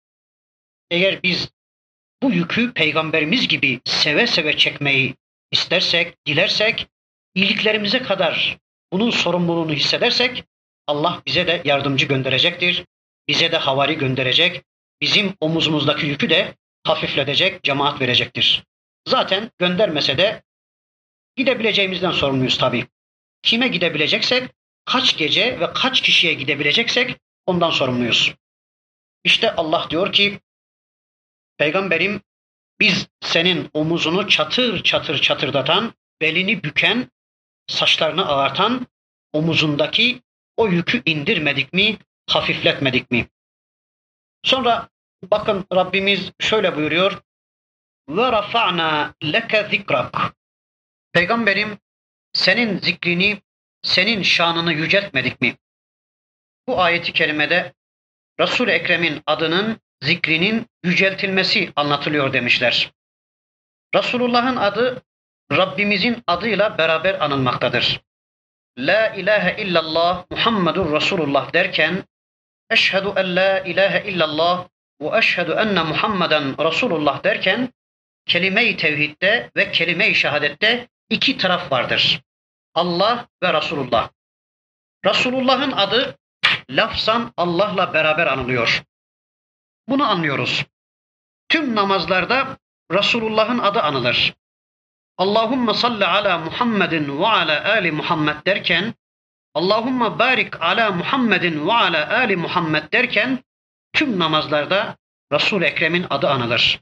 Speaker 2: Eğer biz bu yükü peygamberimiz gibi seve seve çekmeyi istersek, dilersek, iliklerimize kadar bunun sorumluluğunu hissedersek, Allah bize de yardımcı gönderecektir. Bize de havari gönderecek. Bizim omuzumuzdaki yükü de hafifletecek, cemaat verecektir. Zaten göndermese de gidebileceğimizden sorumluyuz tabii. Kime gidebileceksek, kaç gece ve kaç kişiye gidebileceksek ondan sorumluyuz. İşte Allah diyor ki, peygamberim biz senin omuzunu çatır çatır çatırdatan, belini büken, saçlarını ağartan, omuzundaki o yükü indirmedik mi, hafifletmedik mi? Sonra bakın Rabbimiz şöyle buyuruyor. Ve rafa'na leke zikrak. Peygamberim senin zikrini, senin şanını yüceltmedik mi? Bu ayeti kerimede Resul-i Ekrem'in adının, zikrinin yüceltilmesi anlatılıyor demişler. Resulullah'ın adı Rabbimizin adıyla beraber anılmaktadır. La ilahe illallah Muhammedur Resulullah derken eşhedü en la ilahe illallah ve eşhedü enne Muhammeden Resulullah derken kelime-i tevhidde ve kelime-i şehadette iki taraf vardır. Allah ve Resulullah. Resulullah'ın adı lafzan Allah'la beraber anılıyor. Bunu anlıyoruz. Tüm namazlarda Resulullah'ın adı anılır. Allahümme salli ala Muhammedin ve ala ali Muhammed derken, Allahümme barik ala Muhammedin ve ala ali Muhammed derken, tüm namazlarda Resul-i Ekrem'in adı anılır.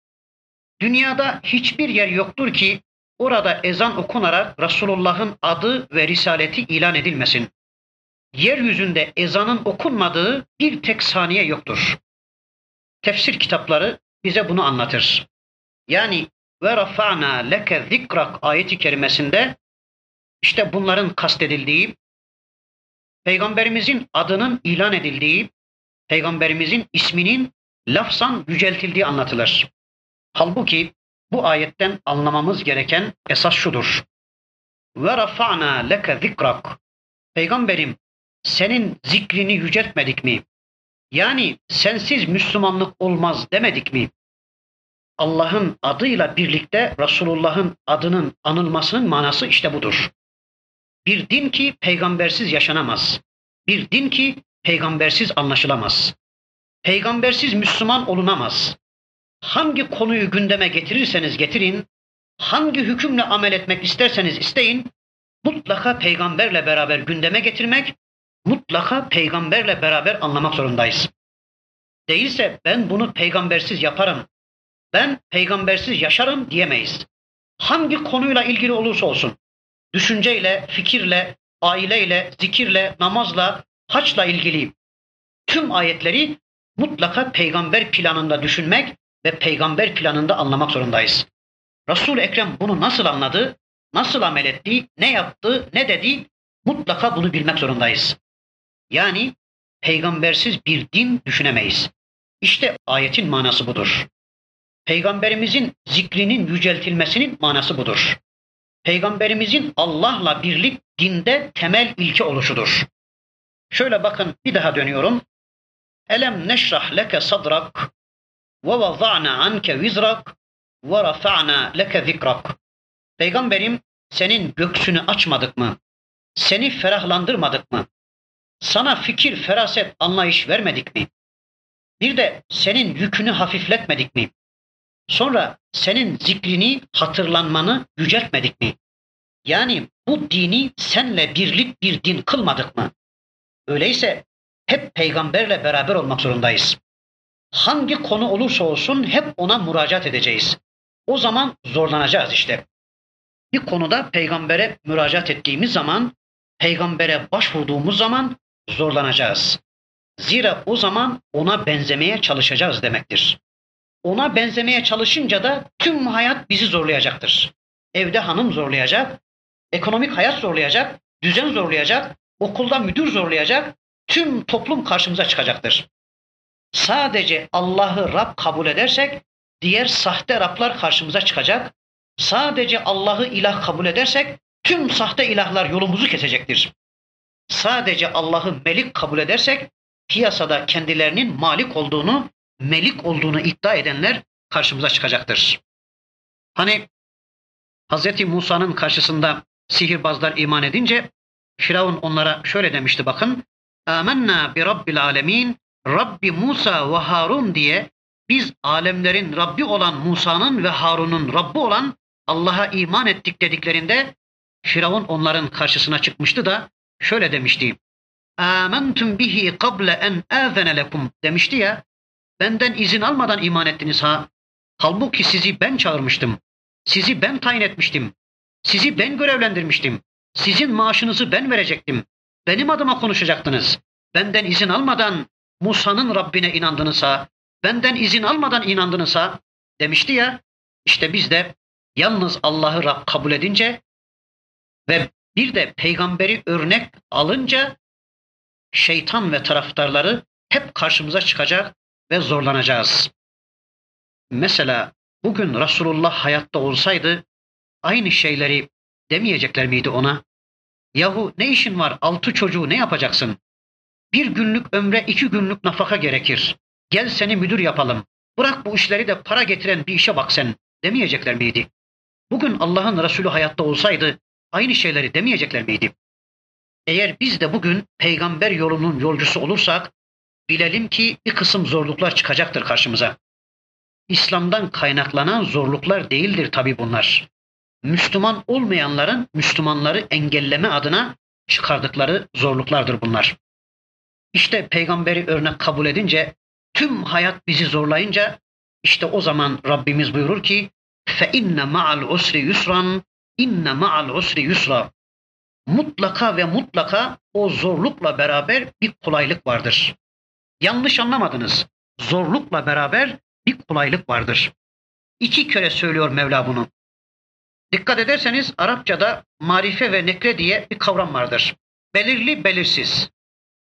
Speaker 2: Dünyada hiçbir yer yoktur ki orada ezan okunarak Resulullah'ın adı ve risaleti ilan edilmesin. Yeryüzünde ezanın okunmadığı bir tek saniye yoktur. Tefsir kitapları bize bunu anlatır. Yani ve rafa'na leke zikrak ayeti kerimesinde işte bunların kastedildiği, Peygamberimizin adının ilan edildiği, Peygamberimizin isminin lafzan yüceltildiği anlatılır. Halbuki bu ayetten anlamamız gereken esas şudur. Ve rafa'na leke zikrak. Peygamberim, senin zikrini yüceltmedik mi? Yani sensiz Müslümanlık olmaz demedik mi? Allah'ın adıyla birlikte Resulullah'ın adının anılmasının manası işte budur. Bir din ki peygambersiz yaşanamaz. Bir din ki peygambersiz anlaşılamaz. Peygambersiz Müslüman olunamaz. Hangi konuyu gündeme getirirseniz getirin, hangi hükümle amel etmek isterseniz isteyin, mutlaka peygamberle beraber gündeme getirmek, mutlaka peygamberle beraber anlamak zorundayız. Değilse ben bunu peygambersiz yaparım, ben peygambersiz yaşarım diyemeyiz. Hangi konuyla ilgili olursa olsun, düşünceyle, fikirle, aileyle, zikirle, namazla, haçla ilgili tüm ayetleri mutlaka peygamber planında düşünmek ve peygamber planında anlamak zorundayız. Resul-i Ekrem bunu nasıl anladı, nasıl amel etti, ne yaptı, ne dedi, mutlaka bunu bilmek zorundayız. Yani peygambersiz bir din düşünemeyiz. İşte ayetin manası budur. Peygamberimizin zikrinin yüceltilmesinin manası budur. Peygamberimizin Allah'la birlik dinde temel ilke oluşudur. Şöyle bakın, bir daha dönüyorum. Elem neşrah leke sadrak ve vaza'na anke vizrak ve rafa'na leke zikrak. Peygamberim, senin göksünü açmadık mı? Seni ferahlandırmadık mı? Sana fikir, feraset, anlayış vermedik mi? Bir de senin yükünü hafifletmedik mi? Sonra senin zikrini, hatırlanmanı yüceltmedik mi? Yani bu dini senle birlik bir din kılmadık mı? Öyleyse hep peygamberle beraber olmak zorundayız. Hangi konu olursa olsun hep ona müracaat edeceğiz. O zaman zorlanacağız işte. Bir konuda peygambere müracaat ettiğimiz zaman, peygambere başvurduğumuz zaman zorlanacağız. Zira o zaman ona benzemeye çalışacağız demektir. Ona benzemeye çalışınca da tüm hayat bizi zorlayacaktır. Evde hanım zorlayacak, ekonomik hayat zorlayacak, düzen zorlayacak, okulda müdür zorlayacak, tüm toplum karşımıza çıkacaktır. Sadece Allah'ı Rab kabul edersek diğer sahte Rablar karşımıza çıkacak. Sadece Allah'ı ilah kabul edersek tüm sahte ilahlar yolumuzu kesecektir. Sadece Allah'ı melik kabul edersek piyasada kendilerinin malik olduğunu, melik olduğunu iddia edenler karşımıza çıkacaktır. Hani Hz. Musa'nın karşısında sihirbazlar iman edince Firavun onlara şöyle demişti, bakın. Âmennâ bi Rabbil âlemîn, Rabbi Musa ve Harun diye biz alemlerin Rabbi olan Musa'nın ve Harun'un Rabbi olan Allah'a iman ettik dediklerinde Firavun onların karşısına çıkmıştı da şöyle demişti. Âmentum bihi kable en âzene lekum demişti ya, benden izin almadan iman ettiniz ha. Halbuki sizi ben çağırmıştım. Sizi ben tayin etmiştim. Sizi ben görevlendirmiştim. Sizin maaşınızı ben verecektim. Benim adıma konuşacaktınız. Benden izin almadan Musa'nın Rabbine inandınızsa, benden izin almadan inandınızsa demişti ya, işte biz de yalnız Allah'ı Rab kabul edince ve bir de peygamberi örnek alınca şeytan ve taraftarları hep karşımıza çıkacak ve zorlanacağız. Mesela bugün Resulullah hayatta olsaydı aynı şeyleri demeyecekler miydi ona? Yahu ne işin var, 6 çocuğu ne yapacaksın? 1 günlük ömre 2 günlük nafaka gerekir. Gel seni müdür yapalım. Bırak bu işleri de para getiren bir işe bak sen demeyecekler miydi? Bugün Allah'ın Resulü hayatta olsaydı aynı şeyleri demeyecekler miydi? Eğer biz de bugün peygamber yolunun yolcusu olursak bilelim ki bir kısım zorluklar çıkacaktır karşımıza. İslam'dan kaynaklanan zorluklar değildir tabii bunlar. Müslüman olmayanların Müslümanları engelleme adına çıkardıkları zorluklardır bunlar. İşte peygamberi örnek kabul edince, tüm hayat bizi zorlayınca işte o zaman Rabbimiz buyurur ki فَاِنَّ مَعَ الْعُسْرِ يُسْرًا اِنَّ مَعَ الْعُسْرِ يُسْرًا. Mutlaka ve mutlaka o zorlukla beraber bir kolaylık vardır. Yanlış anlamadınız. Zorlukla beraber bir kolaylık vardır. 2 kere söylüyor Mevla bunu. Dikkat ederseniz Arapçada marife ve nekre diye bir kavram vardır. Belirli, belirsiz.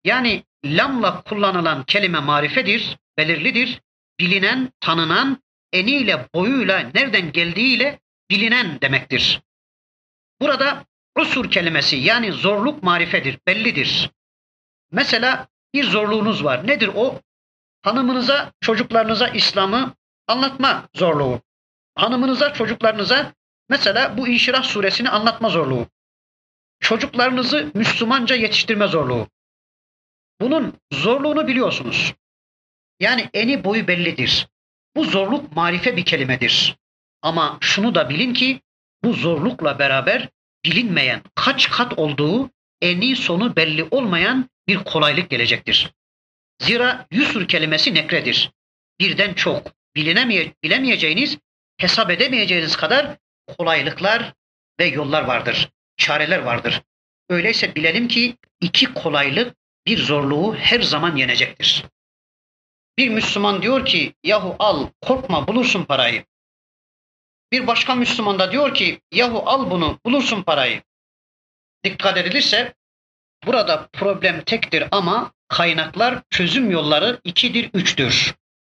Speaker 2: Yani lamla kullanılan kelime marifedir, belirlidir. Bilinen, tanınan, eniyle, boyuyla, nereden geldiğiyle bilinen demektir. Burada usur kelimesi yani zorluk marifedir, bellidir. Mesela bir zorluğunuz var. Nedir o? Hanımınıza, çocuklarınıza İslam'ı anlatma zorluğu. Hanımınıza, çocuklarınıza mesela bu İnşirah suresini anlatma zorluğu. Çocuklarınızı Müslümanca yetiştirme zorluğu. Bunun zorluğunu biliyorsunuz. Yani eni boyu bellidir. Bu zorluk marife bir kelimedir. Ama şunu da bilin ki bu zorlukla beraber bilinmeyen kaç kat olduğu eni sonu belli olmayan bir kolaylık gelecektir. Zira yusur kelimesi nekredir. Birden çok bilemeyeceğiniz, hesap edemeyeceğiniz kadar kolaylıklar ve yollar vardır, çareler vardır. Öyleyse bilelim ki iki kolaylık bir zorluğu her zaman yenecektir. Bir Müslüman diyor ki yahu al korkma bulursun parayı. Bir başka Müslüman da diyor ki yahu al bunu bulursun parayı. Dikkat edilirse burada problem tektir ama kaynaklar, çözüm yolları ikidir, üçtür.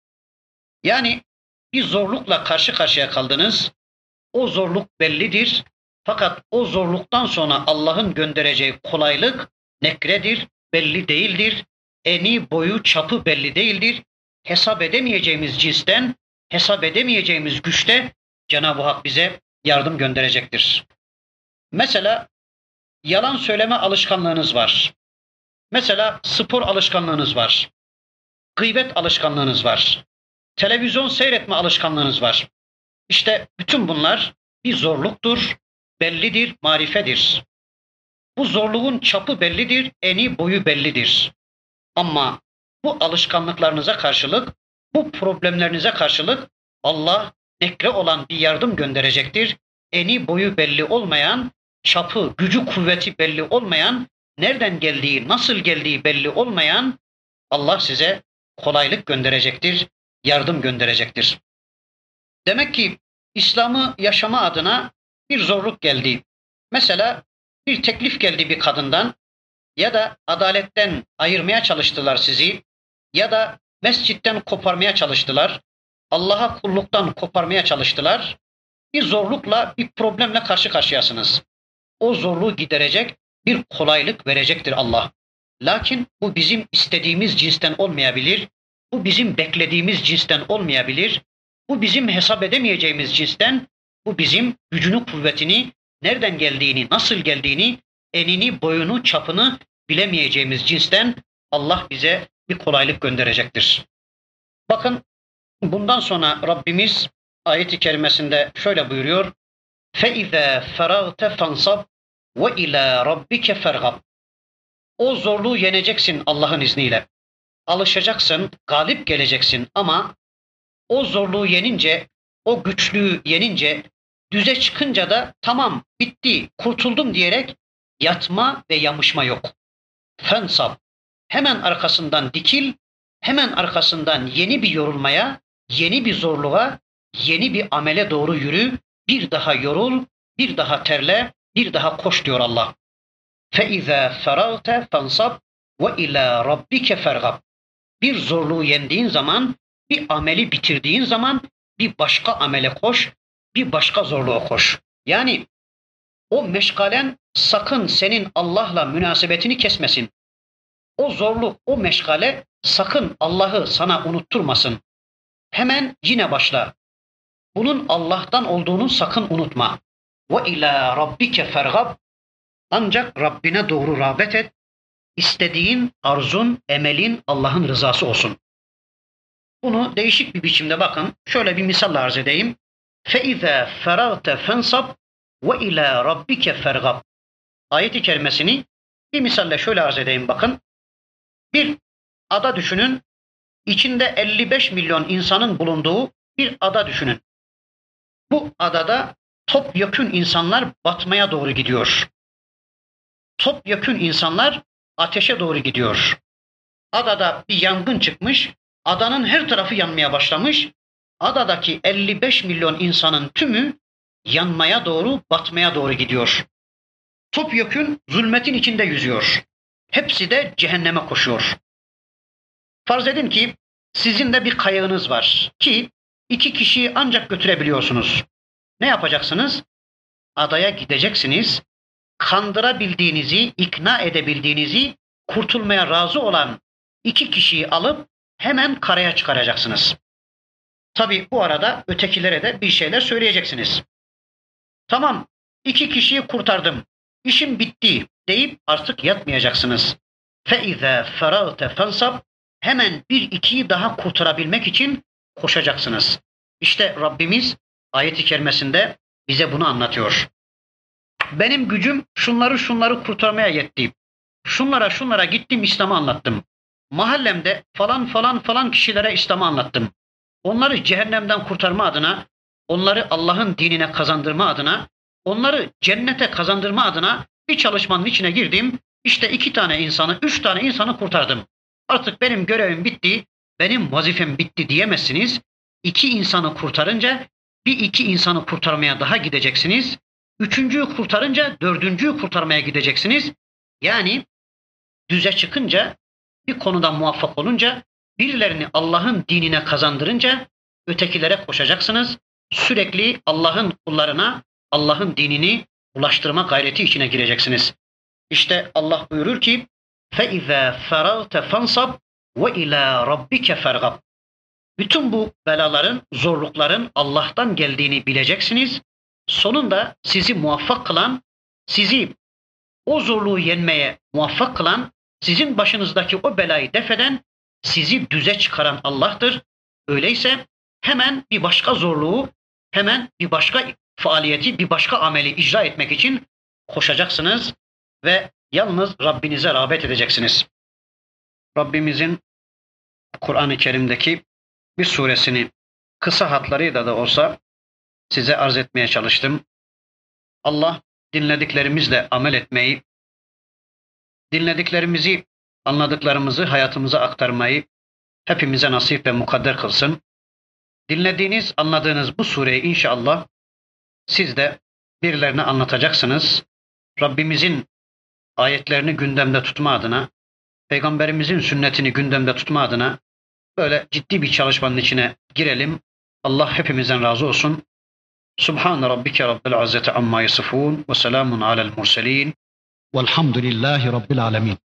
Speaker 2: Yani bir zorlukla karşı karşıya kaldınız. O zorluk bellidir. Fakat o zorluktan sonra Allah'ın göndereceği kolaylık nekredir, belli değildir. Eni, boyu, çapı belli değildir. Hesap edemeyeceğimiz cinsten, hesap edemeyeceğimiz güçte Cenab-ı Hak bize yardım gönderecektir. Mesela yalan söyleme alışkanlığınız var. Mesela spor alışkanlığınız var. Gıybet alışkanlığınız var. Televizyon seyretme alışkanlığınız var. İşte bütün bunlar bir zorluktur, bellidir, marifedir. Bu zorluğun çapı bellidir, eni boyu bellidir. Ama bu alışkanlıklarınıza karşılık, bu problemlerinize karşılık Allah nekre olan bir yardım gönderecektir. Eni boyu belli olmayan, çapı, gücü, kuvveti belli olmayan, nereden geldiği, nasıl geldiği belli olmayan Allah size kolaylık gönderecektir, yardım gönderecektir. Demek ki İslam'ı yaşama adına bir zorluk geldi. Mesela bir teklif geldi bir kadından ya da adaletten ayırmaya çalıştılar sizi ya da mescitten koparmaya çalıştılar. Allah'a kulluktan koparmaya çalıştılar. Bir zorlukla, bir problemle karşı karşıyasınız. O zorluğu giderecek bir kolaylık verecektir Allah. Lakin bu bizim istediğimiz cinsten olmayabilir. Bu bizim beklediğimiz cinsten olmayabilir. Bu bizim hesap edemeyeceğimiz cinsten, bu bizim gücünü, kuvvetini, nereden geldiğini, nasıl geldiğini, enini, boyunu, çapını bilemeyeceğimiz cinsten Allah bize bir kolaylık gönderecektir. Bakın bundan sonra Rabbimiz ayet-i kerimesinde şöyle buyuruyor. فَاِذَا فَرَغْتَ فَانْصَبْ وَاِلَى رَبِّكَ فَرْغَبْ. O zorluğu yeneceksin Allah'ın izniyle. Alışacaksın, galip geleceksin ama o zorluğu yenince, o güçlüğü yenince, düze çıkınca da tamam, bitti, kurtuldum diyerek yatma ve yamışma yok. Fensab. Hemen arkasından dikil, hemen arkasından yeni bir yorulmaya, yeni bir zorluğa, yeni bir amele doğru yürü, bir daha yorul, bir daha terle, bir daha koş diyor Allah. فَاِذَا فَرَغْتَ فَانْصَبْ وَاِلَى رَبِّكَ فَرْغَبْ. Bir zorluğu yendiğin zaman, bir ameli bitirdiğin zaman bir başka amele koş, bir başka zorluğa koş. Yani o meşgalen sakın senin Allah'la münasebetini kesmesin. O zorluk, o meşgale sakın Allah'ı sana unutturmasın. Hemen yine başla. Bunun Allah'tan olduğunu sakın unutma. وَاِلَى رَبِّكَ فَرْغَبْ. Ancak Rabbine doğru rağbet et. İstediğin, arzun, emelin Allah'ın rızası olsun. Bunu değişik bir biçimde bakın. Şöyle bir misal arz edeyim. فَاِذَا فَرَغْتَ فَانْصَبْ وَاِلَى رَبِّكَ فَرْغَبْ. Ayet-i kerimesini bir misalle şöyle arz edeyim bakın. Bir ada düşünün. İçinde 55 milyon insanın bulunduğu bir ada düşünün. Bu adada topyekün insanlar batmaya doğru gidiyor. Topyekün insanlar ateşe doğru gidiyor. Adada bir yangın çıkmış, adanın her tarafı yanmaya başlamış. Adadaki 55 milyon insanın tümü yanmaya doğru, batmaya doğru gidiyor. Topyekün zulmetin içinde yüzüyor. Hepsi de cehenneme koşuyor. Farz edin ki sizin de bir kayığınız var ki 2 kişiyi ancak götürebiliyorsunuz. Ne yapacaksınız? Adaya gideceksiniz. Kandırabildiğinizi, ikna edebildiğinizi, kurtulmaya razı olan 2 kişiyi alıp hemen karaya çıkaracaksınız. Tabii bu arada ötekilere de bir şeyler söyleyeceksiniz. Tamam, 2 kişiyi kurtardım, işim bitti deyip artık yatmayacaksınız. فَاِذَا فَرَغْتَ فَانْصَبْ Hemen 1-2'yi daha kurtarabilmek için koşacaksınız. İşte Rabbimiz ayet-i kerimesinde bize bunu anlatıyor. Benim gücüm şunları kurtarmaya yetti. Şunlara gittim, İslam'ı anlattım. Mahallemde falan kişilere İslam'ı anlattım. Onları cehennemden kurtarma adına, onları Allah'ın dinine kazandırma adına, onları cennete kazandırma adına bir çalışmanın içine girdim. İşte 2 tane insanı, 3 tane insanı kurtardım. Artık benim görevim bitti, benim vazifem bitti diyemezsiniz. 2 insanı kurtarınca bir 2 insanı kurtarmaya daha gideceksiniz. 3.'yü kurtarınca 4.'yü kurtarmaya gideceksiniz. Yani düze çıkınca, bir konuda muvaffak olunca, birilerini Allah'ın dinine kazandırınca ötekilere koşacaksınız. Sürekli Allah'ın kullarına Allah'ın dinini ulaştırma gayreti içine gireceksiniz. İşte Allah buyurur ki فَاِذَا فَرَغْتَ فَانْصَبْ وَاِلَى رَبِّكَ فَرْغَبْ Bütün bu belaların, zorlukların Allah'tan geldiğini bileceksiniz. Sonunda sizi muvaffak kılan, sizi o zorluğu yenmeye muvaffak kılan, sizin başınızdaki o belayı defeden, sizi düze çıkaran Allah'tır. Öyleyse hemen bir başka zorluğu, hemen bir başka faaliyeti, bir başka ameli icra etmek için koşacaksınız ve yalnız Rabbinize rağbet edeceksiniz. Rabbimizin Kur'an-ı Kerim'deki bir suresini kısa hatlarıyla da olsa size arz etmeye çalıştım. Allah dinlediklerimizle amel etmeyi, dinlediklerimizi, anladıklarımızı hayatımıza aktarmayı hepimize nasip ve mukadder kılsın. Dinlediğiniz, anladığınız bu sureyi inşallah siz de birilerine anlatacaksınız. Rabbimizin ayetlerini gündemde tutma adına, Peygamberimizin sünnetini gündemde tutma adına böyle ciddi bir çalışmanın içine girelim. Allah hepimizden razı olsun. Subhan rabbike rabbil izzati amma yasifun ve selamun alel murselin.
Speaker 1: Velhamdülillahi Rabbil alemin.